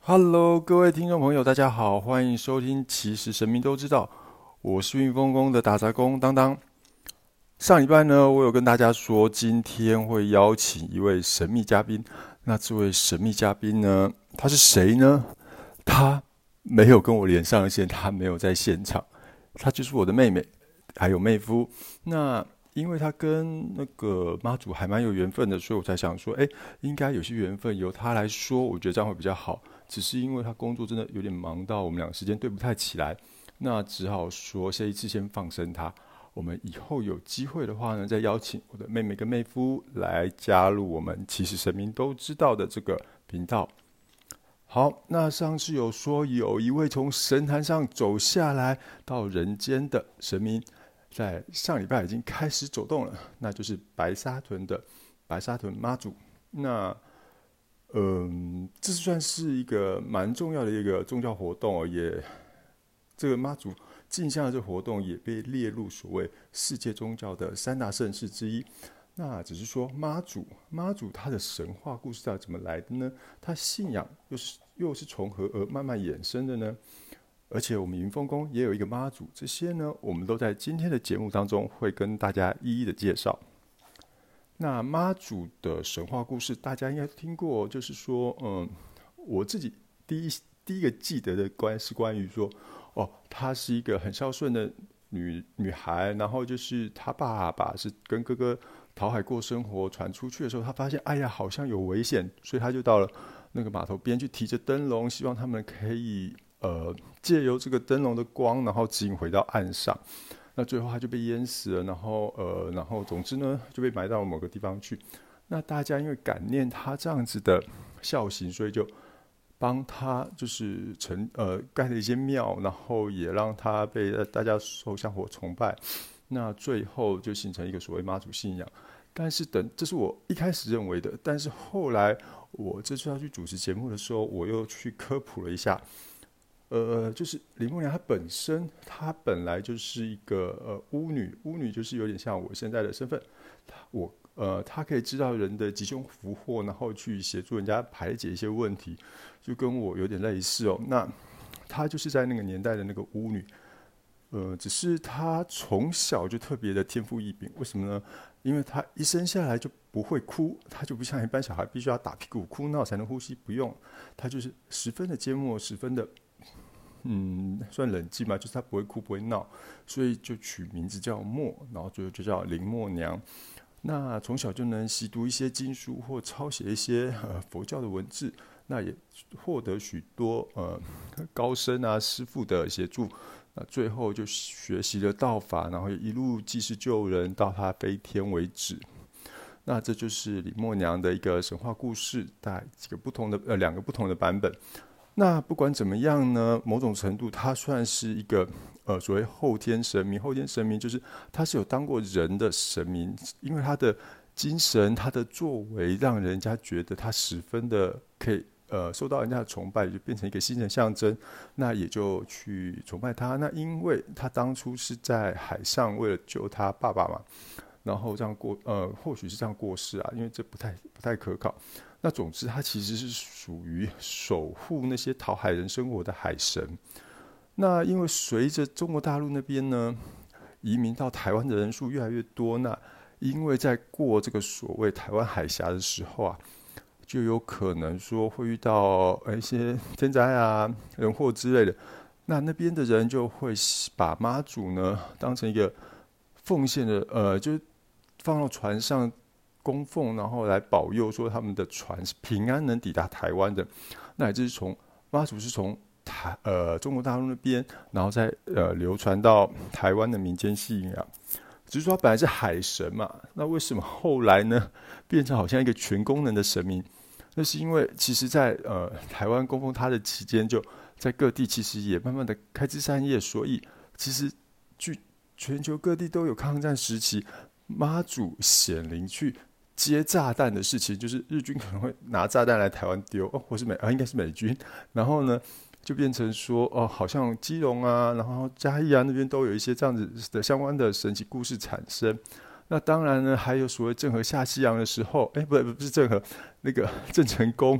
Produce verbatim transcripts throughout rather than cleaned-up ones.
Hello，各位听众朋友，大家好，欢迎收听《其实神明都知道》，我是运丰宫的打杂工当当。上礼拜呢，我有跟大家说，今天会邀请一位神秘嘉宾。那这位神秘嘉宾呢，他是谁呢？他没有跟我连上线，他没有在现场，他就是我的妹妹，还有妹夫。那因为他跟那个妈祖还蛮有缘分的，所以我才想说，哎，应该有些缘分由他来说，我觉得这样会比较好。只是因为他工作真的有点忙到我们两个时间对不太起来，那只好说这一次先放生他。我们以后有机会的话呢，再邀请我的妹妹跟妹夫来加入我们其实神明都知道的这个频道。好，那上次有说有一位从神坛上走下来到人间的神明，在上礼拜已经开始走动了，那就是白沙屯的白沙屯妈祖。那嗯，这算是一个蛮重要的一个宗教活动哦，也这个妈祖进香的这个活动也被列入所谓世界宗教的三大盛事之一。那只是说妈祖，妈祖他的神话故事到底怎么来的呢？他信仰又是又是从何而慢慢衍生的呢？而且我们云峰宫也有一个妈祖，这些呢，我们都在今天的节目当中会跟大家一一的介绍。那妈祖的神话故事，大家应该听过，就是说，嗯，我自己第一第一个记得的关是关于说，哦，她是一个很孝顺的女女孩，然后就是她爸爸是跟哥哥讨海过生活，传出去的时候，她发现，哎呀，好像有危险，所以她就到了那个码头边去提着灯笼，希望他们可以呃借由这个灯笼的光，然后指引回到岸上。那最后他就被淹死了，然后呃，然后总之呢就被埋到某个地方去。那大家因为感念他这样子的孝行，所以就帮他就是成呃盖了一些庙，然后也让他被大家受香火崇拜。那最后就形成一个所谓妈祖信仰。但是等这是我一开始认为的，但是后来我这次要去主持节目的时候，我又去科普了一下。呃，就是林默娘她本身，她本来就是一个呃巫女，巫女就是有点像我现在的身份，我呃她可以知道人的吉凶福祸，然后去协助人家排解一些问题，就跟我有点类似哦。那她就是在那个年代的那个巫女，呃，只是她从小就特别的天赋异禀，为什么呢？因为她一生下来就不会哭，她就不像一般小孩必须要打屁股哭闹才能呼吸，不用，她就是十分的缄默，十分的。嗯，算冷静嘛，就是他不会哭不会闹，所以就取名字叫默，然后最后就叫林默娘。那从小就能习读一些经书或抄写一些呃佛教的文字，那也获得许多呃高僧啊师父的协助。那最后就学习了道法，然后一路济世救人，到他飞天为止。那这就是林默娘的一个神话故事，大概几个不同的呃两个不同的版本。那不管怎么样呢，某种程度它算是一个呃所谓后天神明。后天神明就是他是有当过人的神明，因为他的精神、他的作为，让人家觉得他十分的可以呃受到人家的崇拜，就变成一个精神象征。那也就去崇拜他。那因为他当初是在海上为了救他爸爸嘛，然后这样过呃或许是这样过世啊，因为这不太不太可靠。那总之，他其实是属于守护那些讨海人生活的海神。那因为随着中国大陆那边呢移民到台湾的人数越来越多，那因为在过这个所谓台湾海峡的时候啊，就有可能说会遇到一些天灾啊、人祸之类的。那那边的人就会把妈祖呢当成一个奉献的，呃，就是放到船上。供奉，然后来保佑说他们的船是平安能抵达台湾的。那也就是从妈祖是从台呃中国大陆那边，然后再呃流传到台湾的民间信仰。只是说他本来是海神嘛，那为什么后来呢变成好像一个全功能的神明？那是因为其实在呃台湾供奉他的期间，就在各地其实也慢慢的开枝散叶，所以其实据全球各地都有抗战时期妈祖显灵去接炸弹的事情，就是日军可能会拿炸弹来台湾丢，哦，或是美啊，应该是美军，然后呢，就变成说，哦，好像基隆啊，然后嘉义啊那边都有一些这样子的相关的神奇故事产生。那当然呢，还有所谓郑和下西洋的时候，哎，不不是郑和，那个郑成功，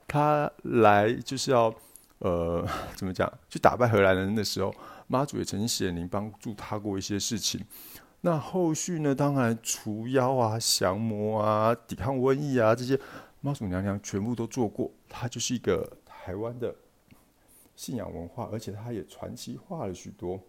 他来就是要呃怎么讲，去打败荷兰人的时候，妈祖也曾经显灵帮助他过一些事情。那后续呢，当然除妖啊、降魔啊、抵抗瘟疫啊这些，妈祖娘娘全部都做过。她就是一个台湾的信仰文化，而且她也传奇化了许多。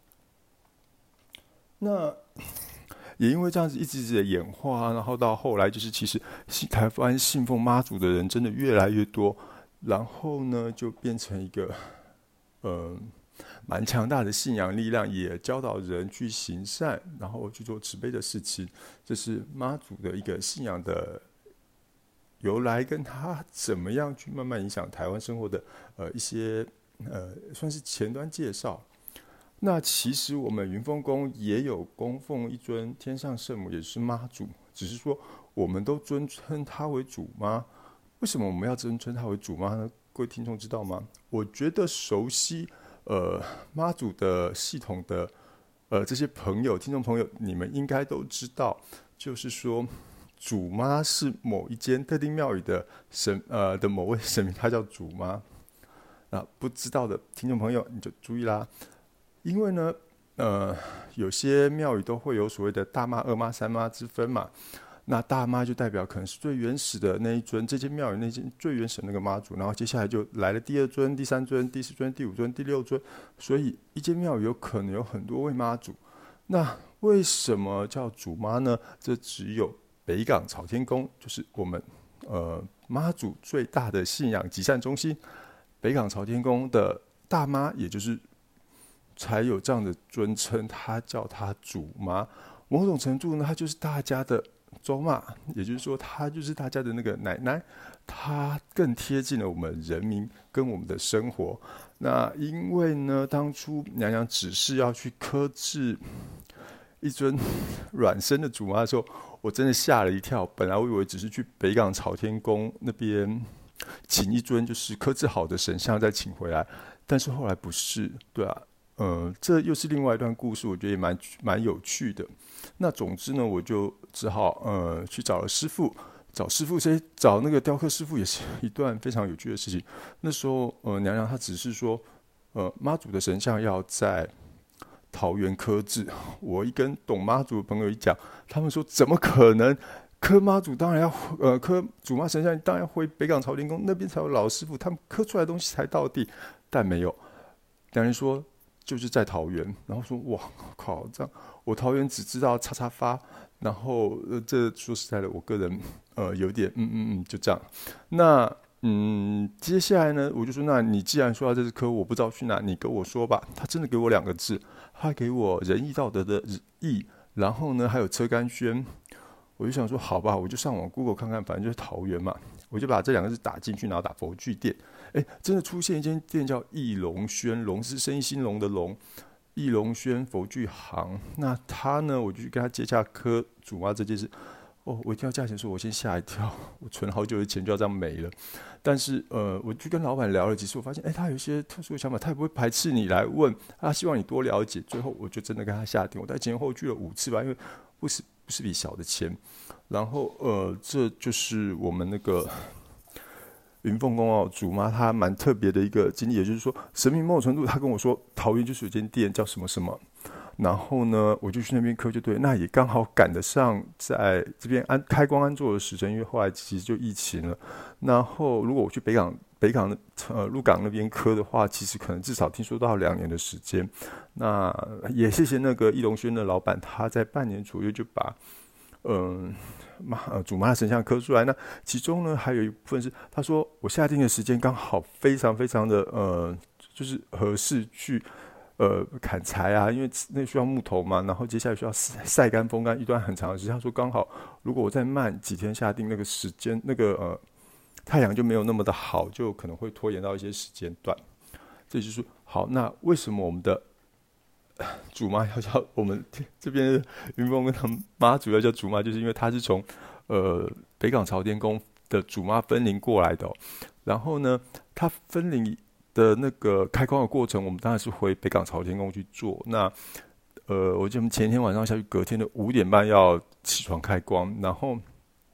那也因为这样子一直一直的演化，然后到后来就是其实台湾信奉妈祖的人真的越来越多，然后呢就变成一个呃蛮强大的信仰力量，也教导人去行善，然后去做慈悲的事情。这是妈祖的一个信仰的由来，跟他怎么样去慢慢影响台湾生活的呃一些呃算是前端介绍。那其实我们云峰宫也有供奉一尊天上圣母，也是妈祖，只是说我们都尊称她为主妈。为什么我们要尊称她为主妈呢？各位听众知道吗？我觉得熟悉呃妈祖的系统的呃这些朋友、听众朋友，你们应该都知道，就是说主妈是某一间特定庙宇的神呃的某位神明，她叫主妈。那不知道的听众朋友你就注意啦。因为呢，呃，有些庙宇都会有所谓的大妈、二妈、三妈之分嘛。那大妈就代表可能是最原始的那一尊，这间庙宇那间最原始的那个妈祖，然后接下来就来了第二尊、第三尊、第四尊、第五尊、第六尊，所以一间庙宇有可能有很多位妈祖。那为什么叫主妈呢？这只有北港朝天宫，就是我们呃妈祖最大的信仰集散中心，北港朝天宫的大妈，也就是才有这样的尊称，他叫他主妈。某种程度呢，他就是大家的周妈，也就是说，他就是大家的那个奶奶，他更贴近了我们人民跟我们的生活。那因为呢，当初娘娘指示要去刻制一尊软身的主妈的时候，我真的吓了一跳。本来我以为只是去北港朝天宫那边请一尊就是刻制好的神像再请回来，但是后来不是，对啊。呃，这又是另外一段故事，我觉得也蛮蛮有趣的。那总之呢，我就只好呃去找了师傅，找师傅，谁找那个雕刻师傅也是一段非常有趣的事情。那时候呃娘娘她只是说，呃妈祖的神像要在桃园刻制，我一跟懂妈祖的朋友一讲，他们说怎么可能？刻妈祖当然要呃刻主妈神像，当然要回北港朝天宫那边才有老师傅，他们刻出来的东西才到地，但没有。娘娘说。就是在桃园，然后说哇靠，这样我桃园只知道叉叉发，然后呃，这说实在的，我个人呃有点嗯嗯嗯就这样。那嗯，接下来呢，我就说，那你既然说要这次科，我不知道去哪，你跟我说吧。他真的给我两个字，他给我仁义道德的义，然后呢还有车干轩。我就想说，好吧，我就上网 Google 看看，反正就是桃园嘛，我就把这两个字打进去，然后打佛具店。哎，真的出现一间店叫义隆轩，隆是生意兴隆的隆，义隆轩佛具行。那他呢，我就去跟他接洽科主妈这件事。哦，我一听到价钱说，我先吓一跳，我存好久的钱就要这样没了。但是呃，我去跟老板聊了几次，我发现，哎，他有一些特殊的想法，他也不会排斥你来问，他希望你多了解。最后我就真的跟他下定，我在前后去了五次吧，因为不是不是笔小的钱。然后呃，这就是我们那个云凤宫哦，主妈她蛮特别的一个经历，也就是说，神明某种程度，他跟我说，桃园就是有间店叫什么什么，然后呢，我就去那边刻，就对，那也刚好赶得上在这边安开光安座的时辰，因为后来其实就疫情了。然后如果我去北港北港呃鹿港那边刻的话，其实可能至少听说到两年的时间。那也谢谢那个义隆轩的老板，他在半年左右就把嗯。妈呃，主妈的神像刻出来，那其中呢还有一部分是，他说我下定的时间刚好非常非常的呃，就是合适去呃砍柴啊，因为那需要木头嘛，然后接下来需要晒干风干一段很长的时间。他说刚好如果我再慢几天下定，那个时间那个呃太阳就没有那么的好，就可能会拖延到一些时间段。这就是好，那为什么我们的主妈要叫我们这边的云峰跟他妈主要叫主妈，就是因为她是从呃北港朝天宫的主妈分灵过来的、哦。然后呢，她分灵的那个开光的过程，我们当然是回北港朝天宫去做。那呃，我记得我们前一天晚上下去，隔天的五点半要起床开光，然后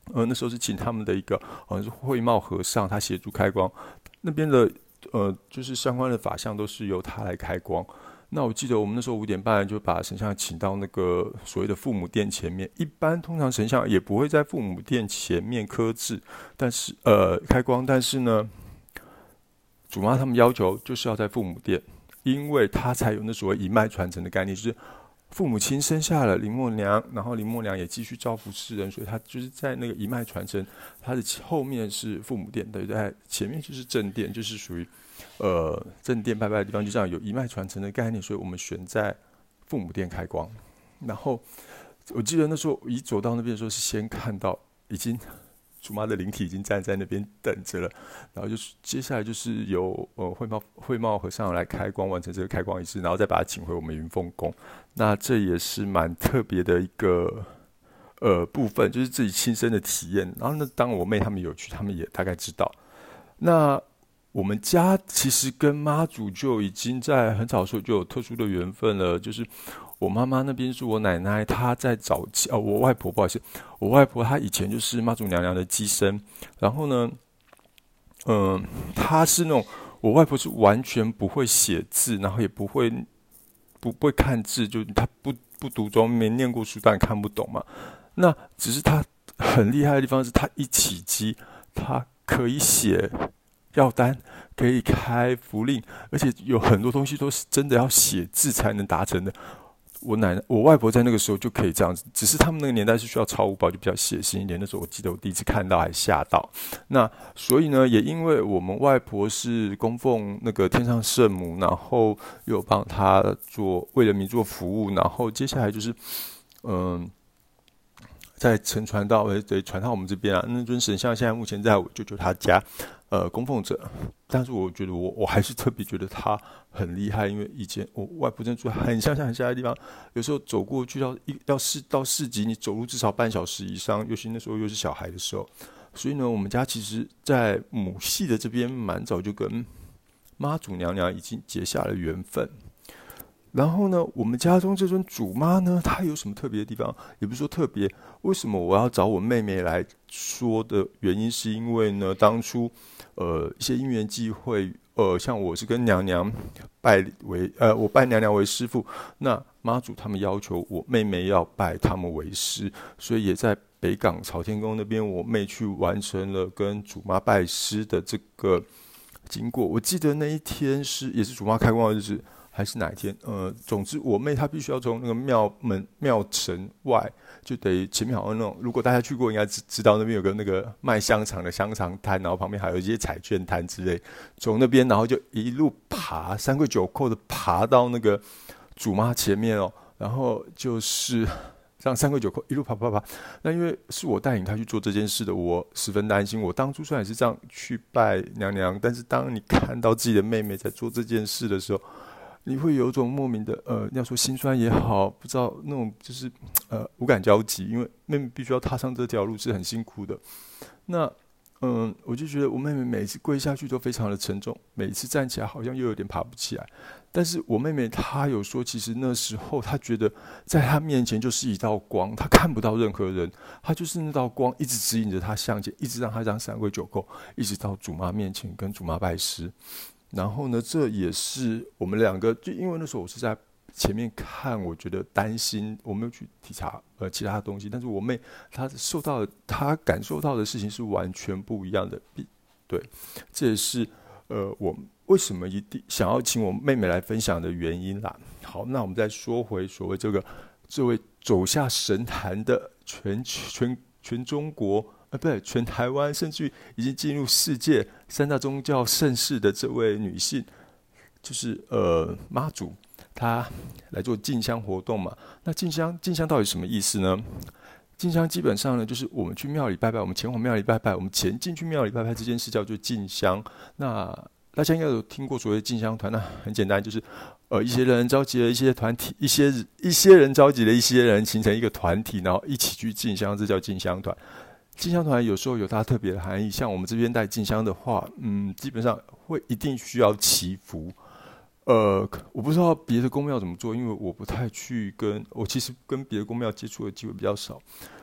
呃，那时候是请他们的一个好像是慧茂和尚，他协助开光，那边的呃就是相关的法相都是由他来开光。那我记得我们那时候五点半就把神像请到那个所谓的父母殿前面。一般通常神像也不会在父母殿前面刻制，但是呃开光，但是呢，主妈他们要求就是要在父母殿，因为他才有那所谓一脉传承的概念，就是父母亲生下了林默娘，然后林默娘也继续造福世人，所以他就是在那个一脉传承，他的后面是父母殿，对，在前面就是正殿，就是属于。呃，正殿拜拜的地方就这样有一脉传承的概念，所以我们选在父母殿开光。然后我记得那时候一走到那边的时候，是先看到已经主妈的灵体已经站在那边等着了，然后就是接下来就是由呃慧茂慧茂和尚来开光，完成这个开光仪式，然后再把它请回我们云凤宫。那这也是蛮特别的一个呃部分，就是自己亲身的体验。然后呢，当我妹他们有去，他们也大概知道。那我们家其实跟妈祖就已经在很早的时候就有特殊的缘分了，就是我妈妈那边是我奶奶，她在早期哦，我外婆不好意思，我外婆她以前就是妈祖娘娘的乩身，然后呢，嗯、呃，她是那种我外婆是完全不会写字，然后也不会不会看字，就她不不读中，没念过书，当然看不懂嘛。那只是她很厉害的地方是，她一起乩，她可以写。药单可以开符令，而且有很多东西都是真的要写字才能达成的。我奶奶、我外婆在那个时候就可以这样子，只是他们那个年代是需要超五宝，就比较血腥一点。那时候我记得我第一次看到还吓到。那所以呢，也因为我们外婆是供奉那个天上圣母，然后又帮她做为人民做服务，然后接下来就是嗯。再承传到，呃，对，传到我们这边啊。那尊神像现在目前在我舅舅他家，呃，供奉着。但是我觉得我我还是特别觉得他很厉害，因为以前我外婆真的住很乡下很乡下的地方，有时候走过去到一到市到市集，你走路至少半小时以上，尤其那时候又是小孩的时候。所以呢，我们家其实，在母系的这边蛮早就跟妈祖娘娘已经结下了缘分。然后呢，我们家中这尊主妈呢，她有什么特别的地方？也不是说特别，为什么我要找我妹妹来说的原因，是因为呢，当初呃一些因缘际会，呃，像我是跟娘娘拜为呃，我拜娘娘为师父，那妈祖他们要求我妹妹要拜他们为师，所以也在北港朝天宫那边，我妹去完成了跟主妈拜师的这个经过。我记得那一天是也是主妈开光的日子。还是哪一天？呃，总之我妹她必须要从那个庙门庙城外，就等于前面好像那种，如果大家去过，应该知知道那边有个那个卖香肠的香肠摊，然后旁边还有一些彩券摊之类。从那边，然后就一路爬，三跪九叩的爬到那个主妈前面哦，然后就是这样三跪九叩一路爬爬爬。那因为是我带领她去做这件事的，我十分担心。我当初虽然也是这样去拜娘娘，但是当你看到自己的妹妹在做这件事的时候，你会有一种莫名的呃，要说心酸也好，不知道那种就是呃无感交集，因为妹妹必须要踏上这条路是很辛苦的。那嗯、呃，我就觉得我妹妹每次跪下去都非常的沉重，每次站起来好像又有点爬不起来。但是我妹妹她有说，其实那时候她觉得在她面前就是一道光，她看不到任何人，她就是那道光一直指引着她向前，一直让她这样三跪九叩，一直到主妈面前跟主妈拜师。然后呢，这也是我们两个，就因为那时候我是在前面看，我觉得担心，我没有去体察呃其他的东西，但是我妹她受到的，她感受到的事情是完全不一样的，对，这也是呃我为什么一定想要请我妹妹来分享的原因啦。好，那我们再说回所谓这个这位走下神坛的全全全中国。呃，不对，全台湾甚至于已经进入世界三大宗教盛事的这位女性，就是呃妈祖，她来做进香活动嘛。那进香进香到底什么意思呢？进香基本上呢，就是我们去庙里拜拜，我们前往庙里拜拜，我们前进去庙里拜拜这件事叫做进香。那大家应该有听过所谓的进香团，那很简单，就是呃一些人召集了一些团体，一些一些人召集了一些人形成一个团体，然后一起去进香，这叫进香团。进香团有时候有它特别的含义，像我们这边带进香的话，嗯，基本上会一定需要祈福。呃，我不知道别的宫庙怎么做，因为我不太去跟，我其实跟别的宫庙接触的机会比较少。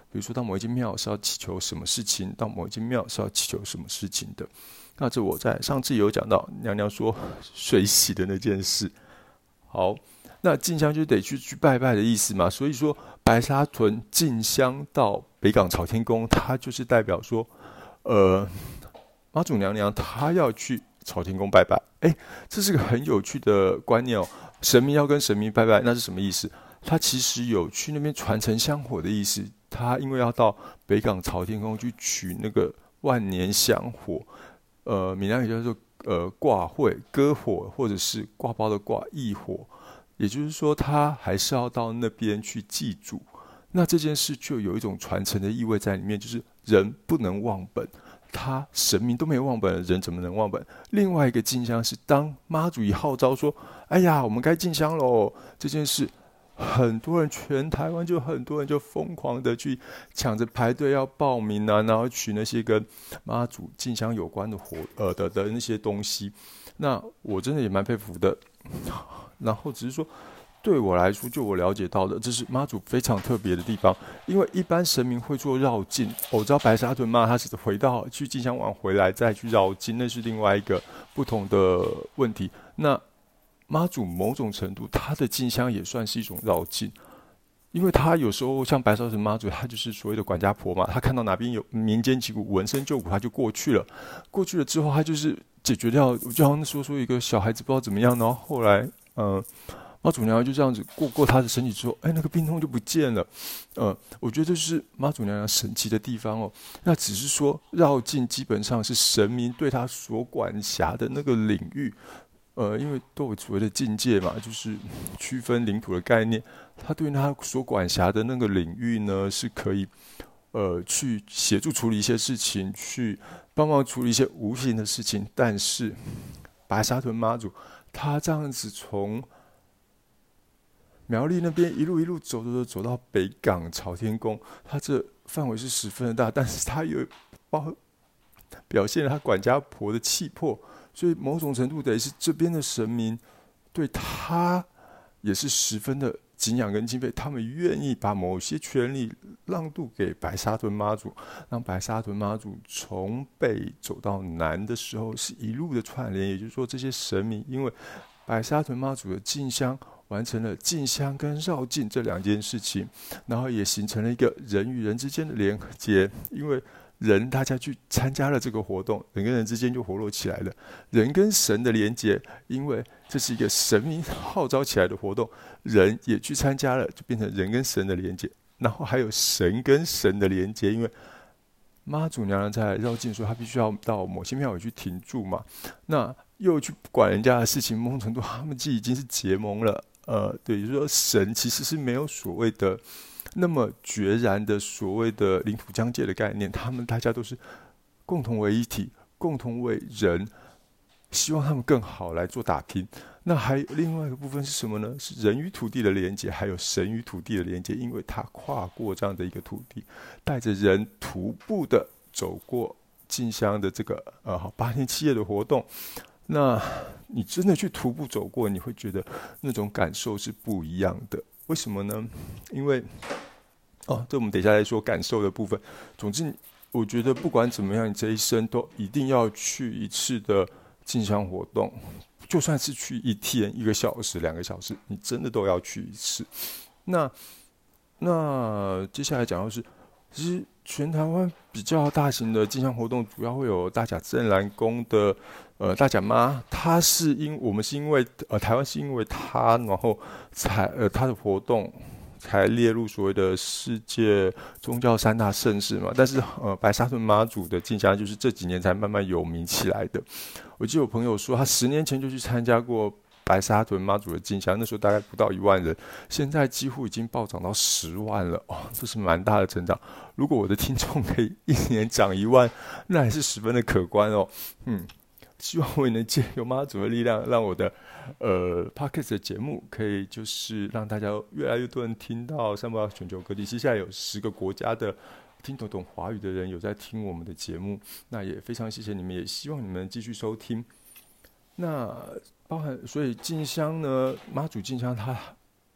比如说到某一间庙是要祈求什么事情，到某一间庙是要祈求什么事情的。那这我在上次有讲到娘娘说水洗的那件事。好，那进香就得去去拜拜的意思嘛，所以说白沙屯进香到北港朝天宫，它就是代表说，呃，妈祖娘娘她要去朝天宫拜拜。哎，这是个很有趣的观念哦。神明要跟神明拜拜，那是什么意思？他其实有去那边传承香火的意思。他因为要到北港朝天宫去取那个万年香火，呃，闽南语叫做呃挂会割火，或者是挂包的挂义火，也就是说，他还是要到那边去祭祖。那这件事就有一种传承的意味在里面，就是人不能忘本。他神明都没有忘本，人怎么能忘本？另外一个进香是当妈祖一号召说：“哎呀，我们该进香喽！”这件事，很多人，全台湾就很多人就疯狂的去抢着排队要报名啊，然后取那些跟妈祖进香有关的活呃的的那些东西。那我真的也蛮佩服的。然后只是说，对我来说，就我了解到的，这是妈祖非常特别的地方。因为一般神明会做绕境，我知道白沙屯妈她是回到去进香完回来再去绕境，那是另外一个不同的问题。那妈祖某种程度，她的进香也算是一种绕境，因为她有时候像白沙屯妈祖，她就是所谓的管家婆嘛，她看到哪边有民间疾苦、闻声救苦，她就过去了。过去了之后，她就是解决掉，就好像说说一个小孩子不知道怎么样，然后后来，嗯、呃。妈祖娘娘就这样子过过她的身体之后，哎，那个病痛就不见了。呃，我觉得这是妈祖娘娘神奇的地方哦。那只是说绕境基本上是神明对她所管辖的那个领域，呃，因为都有所谓的境界嘛，就是区分领土的概念。他对他所管辖的那个领域呢，是可以呃去协助处理一些事情，去帮忙处理一些无形的事情。但是白沙屯妈祖，他这样子从苗栗那边一路一路走走走走到北港朝天宫，它这范围是十分的大，但是它有包表现了他管家婆的气魄，所以某种程度得是这边的神明对他也是十分的敬仰跟敬佩，他们愿意把某些权利让渡给白沙屯妈祖，让白沙屯妈祖从北走到南的时候是一路的串联，也就是说这些神明因为白沙屯妈祖的进香完成了进香跟绕境这两件事情，然后也形成了一个人与人之间的连接，因为人大家去参加了这个活动，人跟人之间就活络起来了。人跟神的连接，因为这是一个神明号召起来的活动，人也去参加了，就变成人跟神的连接。然后还有神跟神的连接，因为妈祖娘娘在绕境的时候，她必须要到某些庙宇去停住嘛，那又去管人家的事情，某种程度他们既已经是结盟了。呃，对，就是说神其实是没有所谓的那么决然的所谓的领土疆界的概念，他们大家都是共同为一体，共同为人，希望他们更好来做打拼。那还有另外一个部分是什么呢？是人与土地的连接，还有神与土地的连接，因为他跨过这样的一个土地，带着人徒步的走过进香的这个呃八天七夜的活动。那你真的去徒步走过，你会觉得那种感受是不一样的。为什么呢？因为哦，这我们等一下来说感受的部分。总之，我觉得不管怎么样，你这一生都一定要去一次的进香活动，就算是去一天、一个小时、两个小时，你真的都要去一次。那那接下来讲的是，其实全台湾比较大型的进香活动，主要会有大甲镇澜宫的呃大甲妈，她是因我们是因为呃台湾是因为她，然后才呃她的活动才列入所谓的世界宗教三大盛事嘛。但是呃白沙屯妈祖的进香就是这几年才慢慢有名起来的。我记得有朋友说，他十年前就去参加过白沙屯妈祖的进香，那时候大概不到一万人，现在几乎已经暴涨到十万了，哦，这是蛮大的成长。如果我的听众可以一年涨一万，那还是十分的可观哦。嗯，希望我也能借由妈祖的力量，让我的呃 Podcast 的节目可以就是让大家越来越多人听到，散布到全球各地。接下来有十个国家的听得懂华语的人有在听我们的节目，那也非常谢谢你们，也希望你们继续收听。那包含所以进香呢，妈祖进香它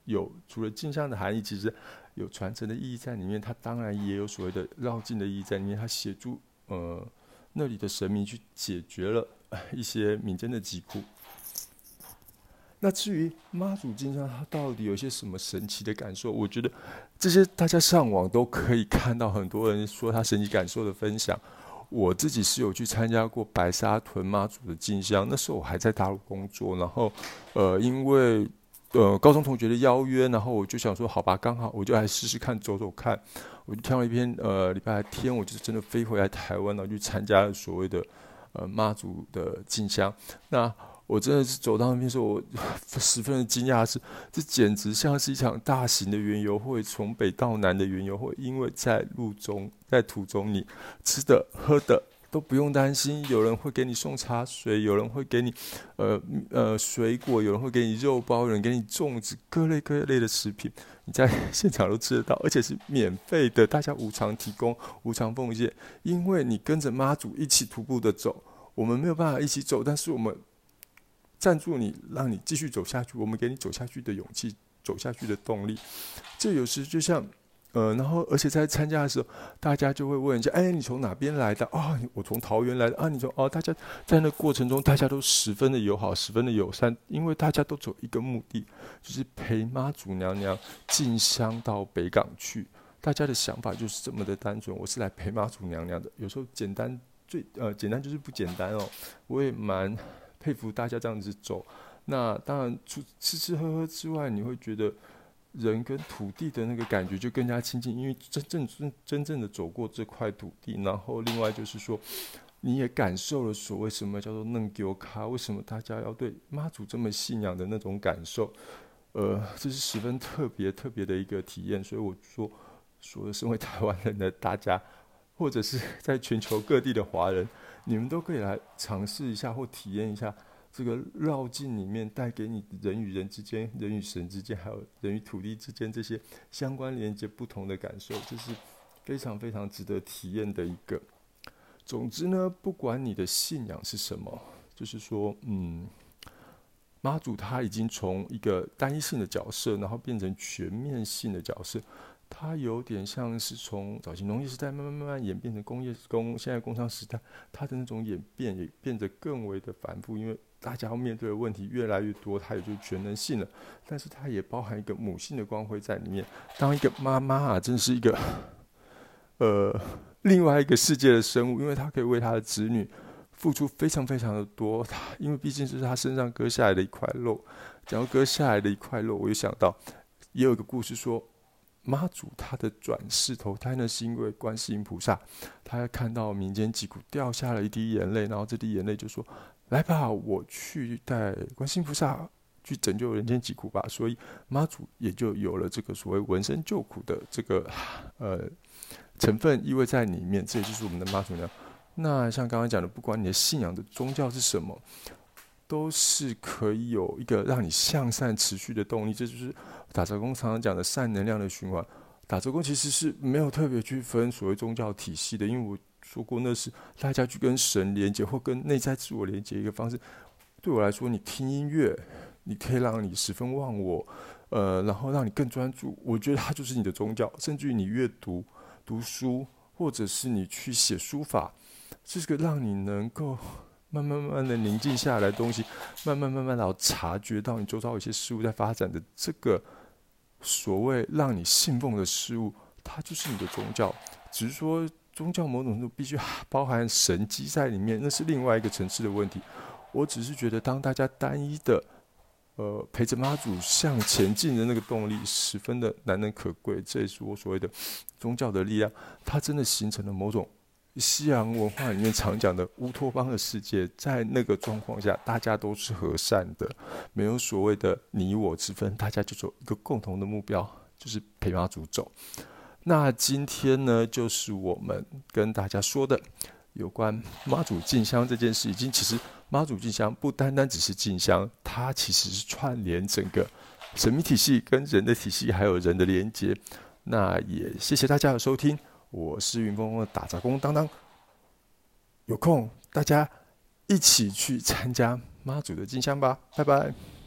有除了进香的含义，其实有传承的意义在里面。它当然也有所谓的绕境的意义在里面，它协助呃那里的神明去解决了一些民间的疾苦。那至于妈祖进香，它到底有些什么神奇的感受？我觉得这些大家上网都可以看到很多人说他神奇感受的分享。我自己是有去参加过白沙屯妈祖的进香，那时候我还在大陆工作，然后呃因为呃高中同学的邀约，然后我就想说好吧，刚好我就来试试看走走看。我就挑了一天呃礼拜天，我就真的飞回来台湾，然后去参加了所谓的呃妈祖的进香。那我真的是走到那边的时候，我十分的惊讶，是这简直像是一场大型的园游会，从北到南的园游会。因为在路中，在途中，你吃的喝的都不用担心，有人会给你送茶水，有人会给你呃呃水果，有人会给你肉包，有人给你粽子，各类各类的食品，你在现场都吃得到，而且是免费的，大家无偿提供、无偿奉献。因为你跟着妈祖一起徒步的走，我们没有办法一起走，但是我们赞助你，让你继续走下去，我们给你走下去的勇气，走下去的动力。这有时就像，呃，然后而且在参加的时候，大家就会问一下，哎，你从哪边来的？啊、哦，我从桃园来的。啊，你从哦，大家在那过程中，大家都十分的友好，十分的友善，因为大家都走一个目的，就是陪妈祖娘娘进香到北港去。大家的想法就是这么的单纯，我是来陪妈祖娘娘的。有时候简单，最呃简单就是不简单哦。我也蛮佩服大家这样子走。那当然，除吃吃喝喝之外，你会觉得人跟土地的那个感觉就更加亲近，因为真正真真正的走过这块土地。然后另外就是说，你也感受了所谓什么叫做嫩丢卡，为什么大家要对妈祖这么信仰的那种感受。呃，这是十分特别特别的一个体验。所以我说，所有身为台湾人的大家，或者是在全球各地的华人，你们都可以来尝试一下或体验一下这个绕境里面带给你人与人之间、人与神之间，还有人与土地之间这些相关连接不同的感受，这是非常非常值得体验的一个。总之呢，不管你的信仰是什么，就是说，嗯，妈祖他已经从一个单一性的角色，然后变成全面性的角色。它有点像是从早期农业时代慢慢慢慢演变成工业工，现在工商时代，它的那种演变也变得更为的繁复，因为大家要面对的问题越来越多，它也就全能性了。但是它也包含一个母性的光辉在里面。当一个妈妈啊，真是一个呃另外一个世界的生物，因为她可以为她的子女付出非常非常的多。她因为毕竟是她身上割下来的一块肉。讲到割下来的一块肉，我就想到也有一个故事说，妈祖他的转世投胎呢，是因为观世音菩萨，他看到民间疾苦，掉下了一滴眼泪，然后这滴眼泪就说：“来吧，我去带观世音菩萨去拯救人间疾苦吧。”所以妈祖也就有了这个所谓闻声救苦的这个呃成分意味在里面。这也就是我们的妈祖娘。那像刚刚讲的，不管你的信仰的宗教是什么，都是可以有一个让你向善持续的动力。这就是打折工常常讲的善能量的循环。打折工其实是没有特别去分所谓宗教体系的，因为我说过那是大家去跟神连接或跟内在自我连接一个方式。对我来说，你听音乐，你可以让你十分忘我，呃，然后让你更专注，我觉得它就是你的宗教。甚至于你阅读读书，或者是你去写书法，这个让你能够慢慢慢慢的宁静下来的东西，慢慢慢慢的察觉到你周遭有些事物在发展的这个所谓让你信奉的事物，它就是你的宗教。只是说宗教某种程度必须包含神迹在里面，那是另外一个层次的问题。我只是觉得，当大家单一的呃陪着妈祖向前进的那个动力，十分的难能可贵。这也是我所谓的宗教的力量，它真的形成了某种西洋文化里面常讲的乌托邦的世界。在那个状况下，大家都是和善的，没有所谓的你我之分，大家就走一个共同的目标，就是陪妈祖走。那今天呢，就是我们跟大家说的有关妈祖进香这件事。已经其实妈祖进香不单单只是进香，它其实是串联整个神秘体系跟人的体系，还有人的连结。那也谢谢大家的收听，我是云峰的打杂工当当。有空大家一起去参加妈祖的进香吧，拜拜。